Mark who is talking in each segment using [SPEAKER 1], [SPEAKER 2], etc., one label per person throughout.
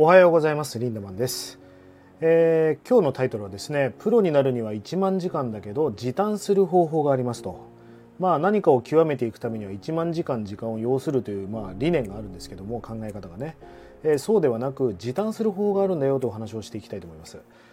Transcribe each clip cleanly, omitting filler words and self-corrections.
[SPEAKER 1] おはようございます。リンダマンです。今日のタイトルはですね、プロになるには1万時間だけど時短する方法がありますと。何かを極めていくためには1万時間時間を要するという理念があるんですけども、考え方がね、そうではなく時短する方法があるんだよとお話をしていきたいと思います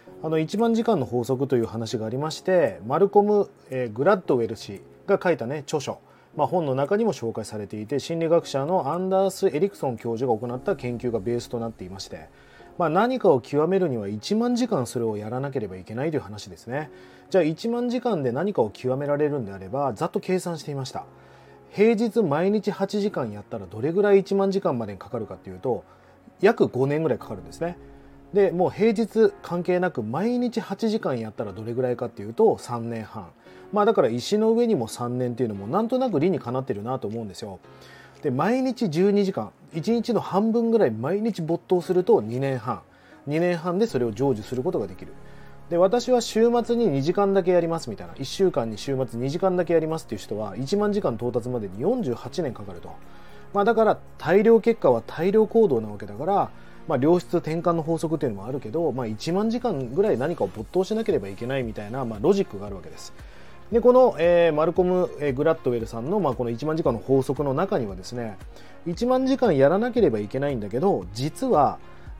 [SPEAKER 1] 。1万時間の法則という話がありまして、マルコム・グラッドウェル氏が書いたね著書、本の中にも紹介されていて、心理学者のアンダース・エリクソン教授が行った研究がベースとなっていまして、何かを極めるには1万時間それをやらなければいけないという話ですね。じゃあ1万時間で何かを極められるんであれば、ざっと計算していました。平日毎日8時間やったらどれぐらい1万時間までにかかるかっていうと、約5年ぐらいかかるんですね。でもう平日関係なく毎日8時間やったらどれぐらいかっていうと3年半。だから石の上にも3年っていうのもなんとなく理にかなってるなと思うんですよ。で毎日12時間、1日の半分ぐらい毎日没頭すると2年半でそれを成就することができる。で私は週末に2時間だけやりますみたいな、1週間に週末2時間だけやりますっていう人は1万時間到達までに48年かかると。だから大量結果は大量行動なわけだから、良質転換の法則っていうのもあるけど、1万時間ぐらい何かを没頭しなければいけないみたいな、ロジックがあるわけです。でこの、マルコム・グラッドウェルさんの、この1万時間の法則の中にはですね、1万時間やらなければいけないんだけど、実は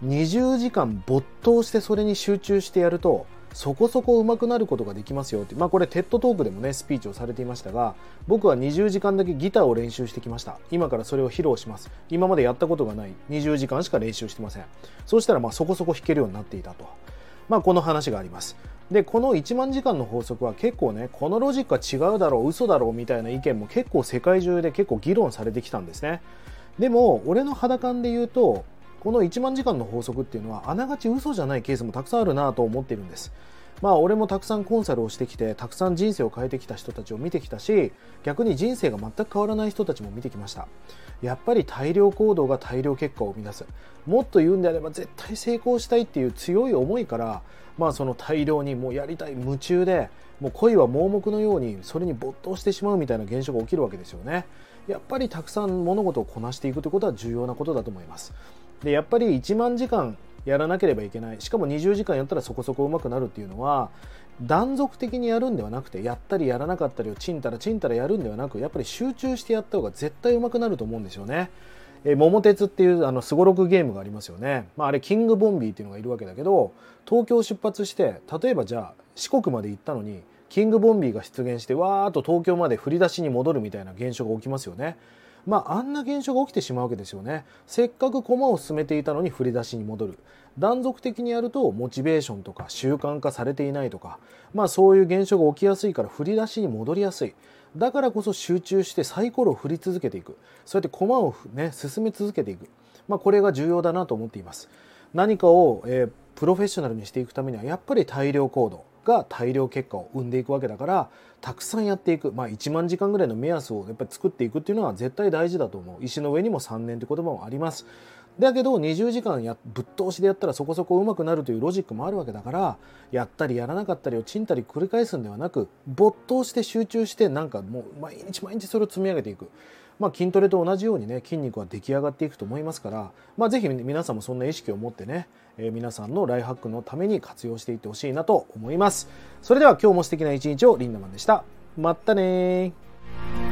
[SPEAKER 1] 20時間没頭してそれに集中してやるとそこそこ上手くなることができますよって、これテッドトークでもねスピーチをされていましたが、僕は20時間だけギターを練習してきました。今からそれを披露します。今までやったことがない20時間しか練習してません。そうしたらそこそこ弾けるようになっていたと、この話があります。でこの1万時間の法則は結構ね、このロジックは違うだろう、嘘だろうみたいな意見も結構世界中で結構議論されてきたんですね。でも俺の肌感で言うと、この1万時間の法則っていうのはあながち嘘じゃないケースもたくさんあるなと思っているんです。俺もたくさんコンサルをしてきて、たくさん人生を変えてきた人たちを見てきたし、逆に人生が全く変わらない人たちも見てきました。やっぱり大量行動が大量結果を生み出す。もっと言うんであれば絶対成功したいっていう強い思いから、その大量にもうやりたい、夢中でもう恋は盲目のようにそれに没頭してしまうみたいな現象が起きるわけですよね。やっぱりたくさん物事をこなしていくということは重要なことだと思います。でやっぱり1万時間やらなければいけない、しかも20時間やったらそこそこ上手くなるっていうのは、断続的にやるんではなくて、やったりやらなかったりをちんたらやるんではなく、やっぱり集中してやった方が絶対上手くなると思うんですよね。桃鉄っていうすごろくゲームがありますよね。あれキングボンビーっていうのがいるわけだけど、東京出発して例えばじゃあ四国まで行ったのにキングボンビーが出現してわーっと東京まで振り出しに戻るみたいな現象が起きますよね。あんな現象が起きてしまうわけですよね。せっかく駒を進めていたのに振り出しに戻る。断続的にやるとモチベーションとか習慣化されていないとか、そういう現象が起きやすいから振り出しに戻りやすい。だからこそ集中してサイコロを振り続けていく。そうやって駒をね進め続けていく。これが重要だなと思っています。何かを、プロフェッショナルにしていくためにはやっぱり大量行動が大量結果を生んでいくわけだから、たくさんやっていく、1万時間ぐらいの目安をやっぱり作っていくっていうのは絶対大事だと思う。石の上にも3年という言葉もあります。だけど20時間ぶっ通しでやったらそこそこ上手くなるというロジックもあるわけだから、やったりやらなかったりをちんたり繰り返すんではなく、没頭して集中してもう毎日それを積み上げていく。筋トレと同じようにね、筋肉は出来上がっていくと思いますから、ぜひ皆さんもそんな意識を持ってね、皆さんのライフハックのために活用していってほしいなと思います。それでは今日も素敵な一日を。リンダマンでした。まったねー。